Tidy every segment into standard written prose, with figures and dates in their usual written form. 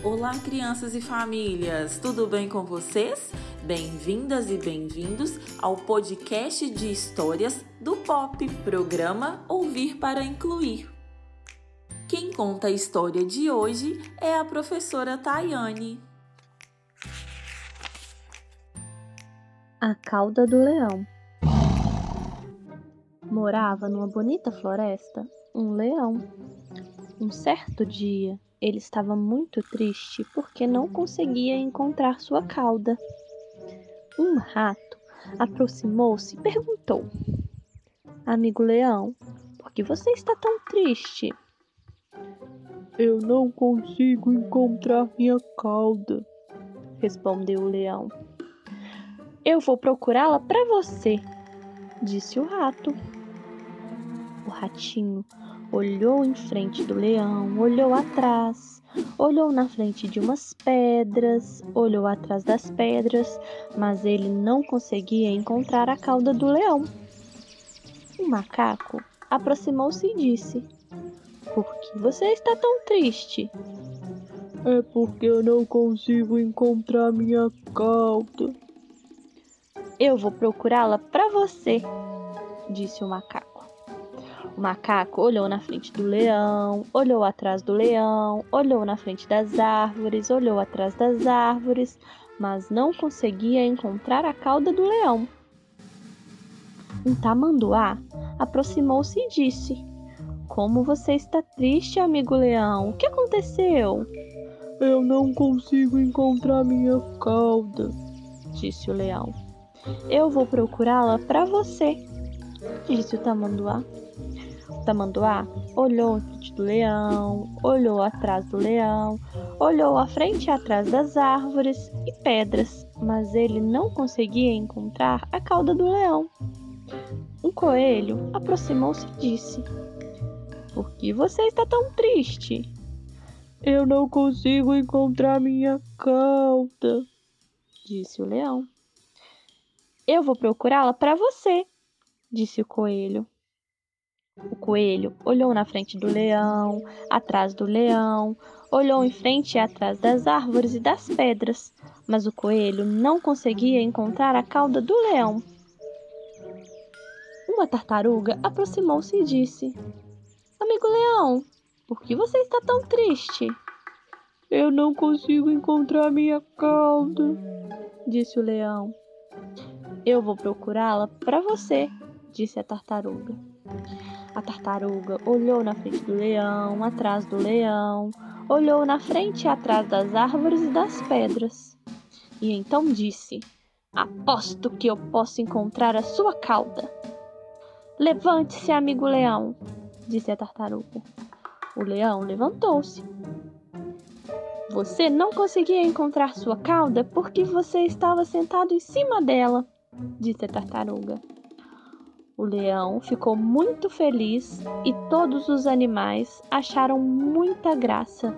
Olá, crianças e famílias! Tudo bem com vocês? Bem-vindas e bem-vindos ao podcast de histórias do POP, programa Ouvir para Incluir. Quem conta a história de hoje é a professora Tayane. A cauda do leão. Morava numa bonita floresta um leão. Um certo dia, ele estava muito triste porque não conseguia encontrar sua cauda. Um rato aproximou-se e perguntou: Amigo leão, por que você está tão triste? Eu não consigo encontrar minha cauda, respondeu o leão. Eu vou procurá-la para você, disse o rato. O ratinho olhou em frente do leão, olhou atrás, olhou na frente de umas pedras, olhou atrás das pedras, mas ele não conseguia encontrar a cauda do leão. O macaco aproximou-se e disse: Por que você está tão triste? É porque eu não consigo encontrar minha cauda. Eu vou procurá-la para você, disse o macaco. O macaco olhou na frente do leão, olhou atrás do leão, olhou na frente das árvores, olhou atrás das árvores, mas não conseguia encontrar a cauda do leão. Um tamanduá aproximou-se e disse: Como você está triste, amigo leão? O que aconteceu? Eu não consigo encontrar minha cauda, disse o leão. Eu vou procurá-la para você, disse o tamanduá. O tamanduá olhou em frente do leão, olhou atrás do leão, olhou à frente e atrás das árvores e pedras, mas ele não conseguia encontrar a cauda do leão. Um coelho aproximou-se e disse: Por que você está tão triste? Eu não consigo encontrar minha cauda, disse o leão. Eu vou procurá-la para você, disse o coelho. O coelho olhou na frente do leão, atrás do leão, olhou em frente e atrás das árvores e das pedras, mas o coelho não conseguia encontrar a cauda do leão. Uma tartaruga aproximou-se e disse: Amigo leão, por que você está tão triste? Eu não consigo encontrar minha cauda, disse o leão. Eu vou procurá-la para você, disse a tartaruga. A tartaruga olhou na frente do leão, atrás do leão, olhou na frente e atrás das árvores e das pedras. E então disse: Aposto que eu posso encontrar a sua cauda. Levante-se, amigo leão, disse a tartaruga. O leão levantou-se. Você não conseguia encontrar sua cauda porque você estava sentado em cima dela, disse a tartaruga. O leão ficou muito feliz e todos os animais acharam muita graça.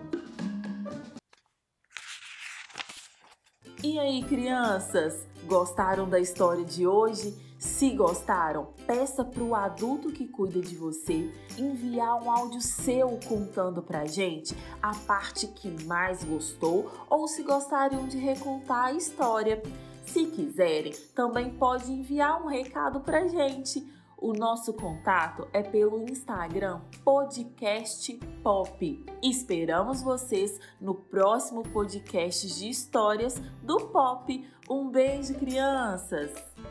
E aí, crianças? Gostaram da história de hoje? Se gostaram, peça para o adulto que cuida de você enviar um áudio seu contando pra gente a parte que mais gostou ou se gostariam de recontar a história. Se quiserem, também pode enviar um recado pra gente. O nosso contato é pelo Instagram Podcast Pop. Esperamos vocês no próximo podcast de histórias do Pop. Um beijo, crianças!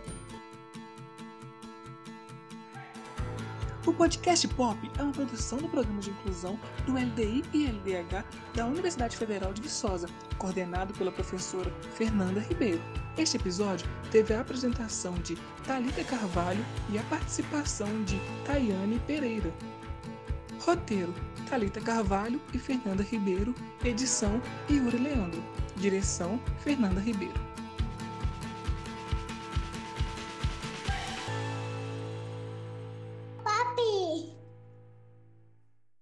O Podcast Pop é uma produção do Programa de Inclusão do LDI e LDH da Universidade Federal de Viçosa, coordenado pela professora Fernanda Ribeiro. Este episódio teve a apresentação de Thalita Carvalho e a participação de Tayane Pereira. Roteiro: Thalita Carvalho e Fernanda Ribeiro. Edição: Yuri Leandro. Direção: Fernanda Ribeiro.